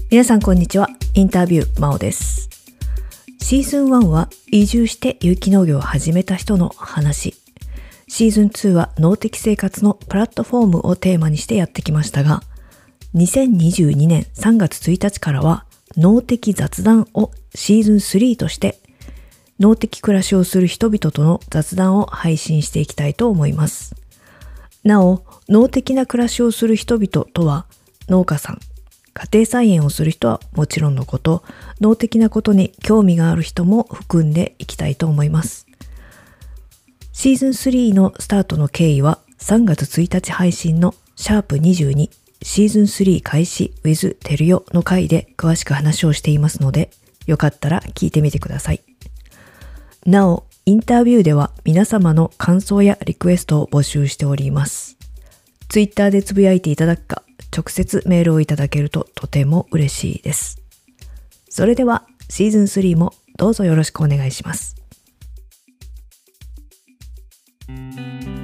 皆さんこんにちは。インタビューまおです。シーズン1は移住して有機農業を始めた人の話。シーズン2は農的生活のプラットフォームをテーマにしてやってきましたが、2022年3月1日からは農的雑談をシーズン3として農的暮らしをする人々との雑談を配信していきたいと思います。なお、農的な暮らしをする人々とは農家さん、家庭菜園をする人はもちろんのこと、農的なことに興味がある人も含んでいきたいと思います。シーズン3のスタートの経緯は3月1日配信のシャープ22シーズン3開始 with てるよの回で詳しく話をしていますので、よかったら聞いてみてください。なお、インタビューでは皆様の感想やリクエストを募集しております。ツイッターでつぶやいていただくか、直接メールをいただけるととても嬉しいです。それではシーズン3もどうぞよろしくお願いします。